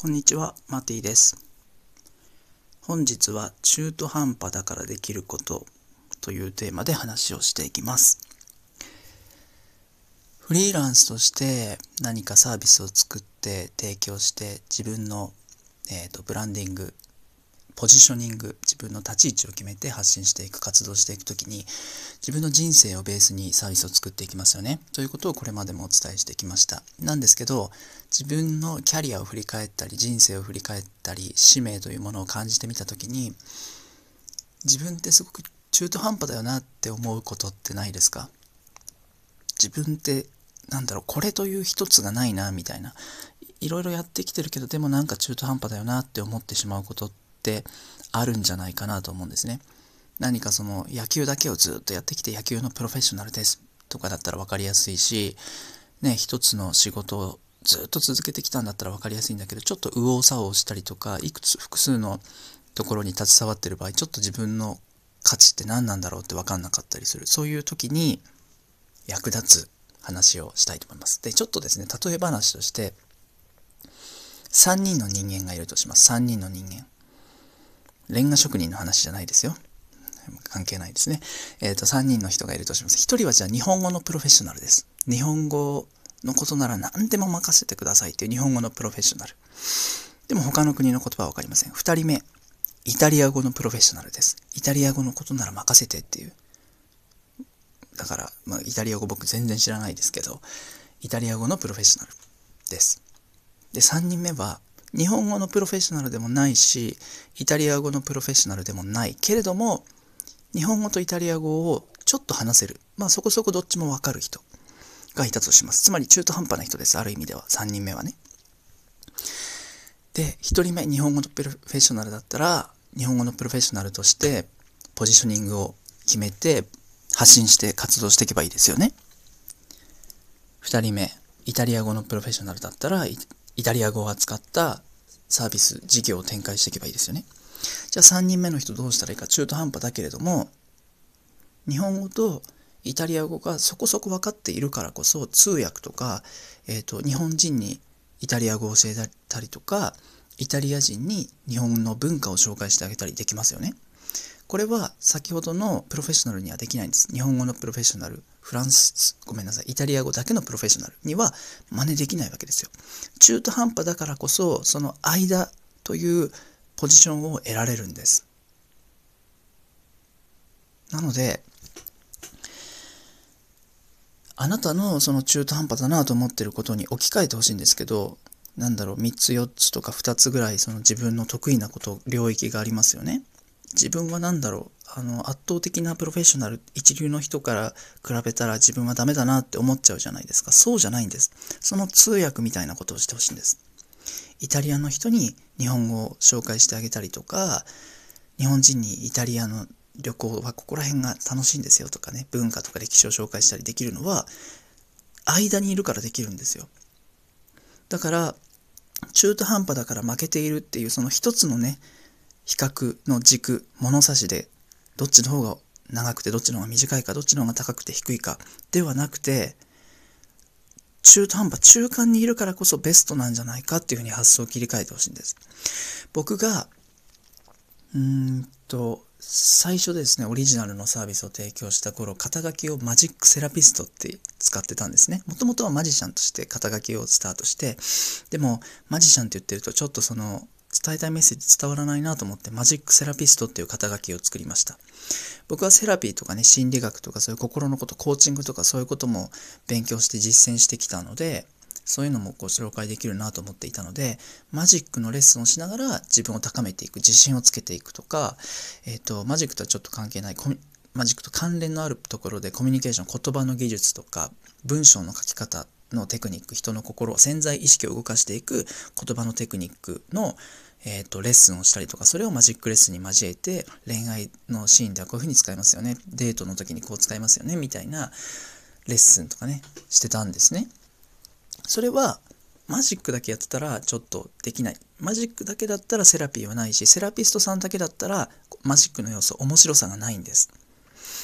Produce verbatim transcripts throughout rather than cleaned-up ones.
こんにちは、マティです。本日は中途半端だからできることというテーマで話をしていきます。フリーランスとして何かサービスを作って提供して自分の、えーと、ブランディング、ポジショニング、自分の立ち位置を決めて発信していく、活動していくときに自分の人生をベースにサービスを作っていきますよねということをこれまでもお伝えしてきました。なんですけど、自分のキャリアを振り返ったり人生を振り返ったり使命というものを感じてみたときに、自分ってすごく中途半端だよなって思うことってないですか？自分ってなんだろう、これという一つがないなみたいな、いろいろやってきてるけどでもなんか中途半端だよなって思ってしまうことってあるんじゃないかなと思うんですね。何かその野球だけをずっとやってきて野球のプロフェッショナルですとかだったら分かりやすいし、ね、一つの仕事をずっと続けてきたんだったら分かりやすいんだけど、ちょっと右往左往したりとか、いくつ複数のところに携わっている場合、ちょっと自分の価値って何なんだろうって分かんなかったりする。そういう時に役立つ話をしたいと思います。で、ちょっとですね、例え話としてさんにんの人間がいるとします。さんにんの人間。レンガ職人の話じゃないですよ。関係ないですね。えっと、さんにんの人がいるとします。ひとりはじゃあ日本語のプロフェッショナルです。日本語のことなら何でも任せてくださいっていう日本語のプロフェッショナル。でも他の国の言葉は分かりません。ふたりめ、イタリア語のプロフェッショナルです。イタリア語のことなら任せてっていう。だから、まあ、イタリア語僕全然知らないですけど、イタリア語のプロフェッショナルです。で、さんにんめは、日本語のプロフェッショナルでもないし、イタリア語のプロフェッショナルでもないけれども、日本語とイタリア語をちょっと話せる。まあそこそこどっちもわかる人がいたとします。つまり中途半端な人です。ある意味では。さんにんめはね。で、ひとりめ、日本語のプロフェッショナルだったら、日本語のプロフェッショナルとしてポジショニングを決めて発信して活動していけばいいですよね。ふたりめ、イタリア語のプロフェッショナルだったら、イタリア語を扱ったサービス、事業を展開していけばいいですよね。じゃあさんにんめの人どうしたらいいか。中途半端だけれども、日本語とイタリア語がそこそこ分かっているからこそ、通訳とか、えーと、日本人にイタリア語を教えたりとか、イタリア人に日本の文化を紹介してあげたりできますよね。これは先ほどのプロフェッショナルにはできないんです。日本語のプロフェッショナル、フランス、ごめんなさい、イタリア語だけのプロフェッショナルには真似できないわけですよ。中途半端だからこそ、その間というポジションを得られるんです。なので、あなたのその中途半端だなと思っていることに置き換えてほしいんですけど、なんだろう、みっつよっつとかふたつぐらいその自分の得意なこと、領域がありますよね。自分は何だろう、あの圧倒的なプロフェッショナル、一流の人から比べたら自分はダメだなって思っちゃうじゃないですか。そうじゃないんです。その通訳みたいなことをしてほしいんです。イタリアの人に日本語を紹介してあげたりとか、日本人にイタリアの旅行はここら辺が楽しいんですよとかね、文化とか歴史を紹介したりできるのは間にいるからできるんですよ。だから中途半端だから負けているっていうその一つのね、比較の軸、物差しでどっちの方が長くてどっちの方が短いか、どっちの方が高くて低いかではなくて、中途半端、中間にいるからこそベストなんじゃないかっていうふうに発想を切り替えてほしいんです。僕がうーんと最初ですね、オリジナルのサービスを提供した頃、肩書きをマジックセラピストって使ってたんですね。もともとはマジシャンとして肩書きをスタートして、でもマジシャンって言ってるとちょっとその伝えたいメッセージ伝わらないなと思ってマジックセラピストっていう肩書きを作りました。僕はセラピーとかね、心理学とかそういう心のこと、コーチングとかそういうことも勉強して実践してきたので、そういうのもご紹介できるなと思っていたので、マジックのレッスンをしながら自分を高めていく、自信をつけていくとか、えっと、マジックとはちょっと関係ない、マジックと関連のあるところでコミュニケーション、言葉の技術とか、文章の書き方のテクニック、人の心、潜在意識を動かしていく言葉のテクニックの、えっと、レッスンをしたりとか、それをマジックレッスンに交えて、恋愛のシーンではこういう風に使いますよね、デートの時にこう使いますよね、みたいなレッスンとかね、してたんですね。それはマジックだけやってたらちょっとできない。マジックだけだったらセラピーはないし、セラピストさんだけだったらマジックの要素、面白さがないんです。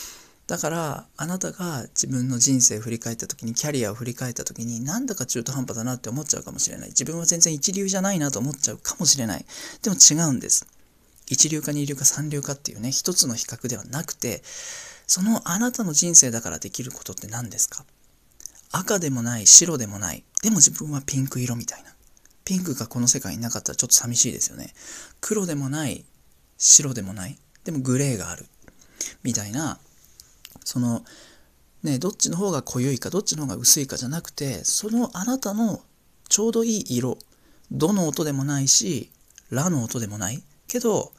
だからあなたが自分の人生を振り返った時に、キャリアを振り返った時に、なんだか中途半端だなって思っちゃうかもしれない。自分は全然一流じゃないなと思っちゃうかもしれない。でも違うんです。一流か二流か三流かっていうね、一つの比較ではなくて、そのあなたの人生だからできることって何ですか？赤でもない白でもない、でも自分はピンク色みたいな。ピンクがこの世界になかったらちょっと寂しいですよね。黒でもない白でもない、でもグレーがあるみたいな、そのね、どっちの方が濃ゆいかどっちの方が薄いかじゃなくて、そのあなたのちょうどいい色、どの音でもないしラの音でもないけど、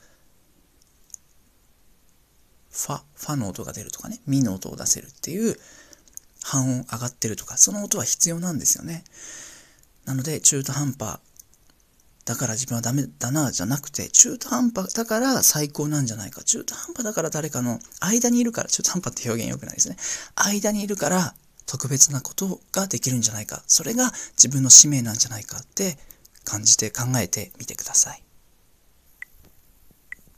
ファ、ファの音が出るとかね、ミの音を出せるっていう、半音上がってるとか、その音は必要なんですよね。なので中途半端だから自分はダメだなじゃなくて、中途半端だから最高なんじゃないか、中途半端だから誰かの間にいるから、中途半端って表現良くないですね。間にいるから特別なことができるんじゃないか、それが自分の使命なんじゃないかって感じて考えてみてください。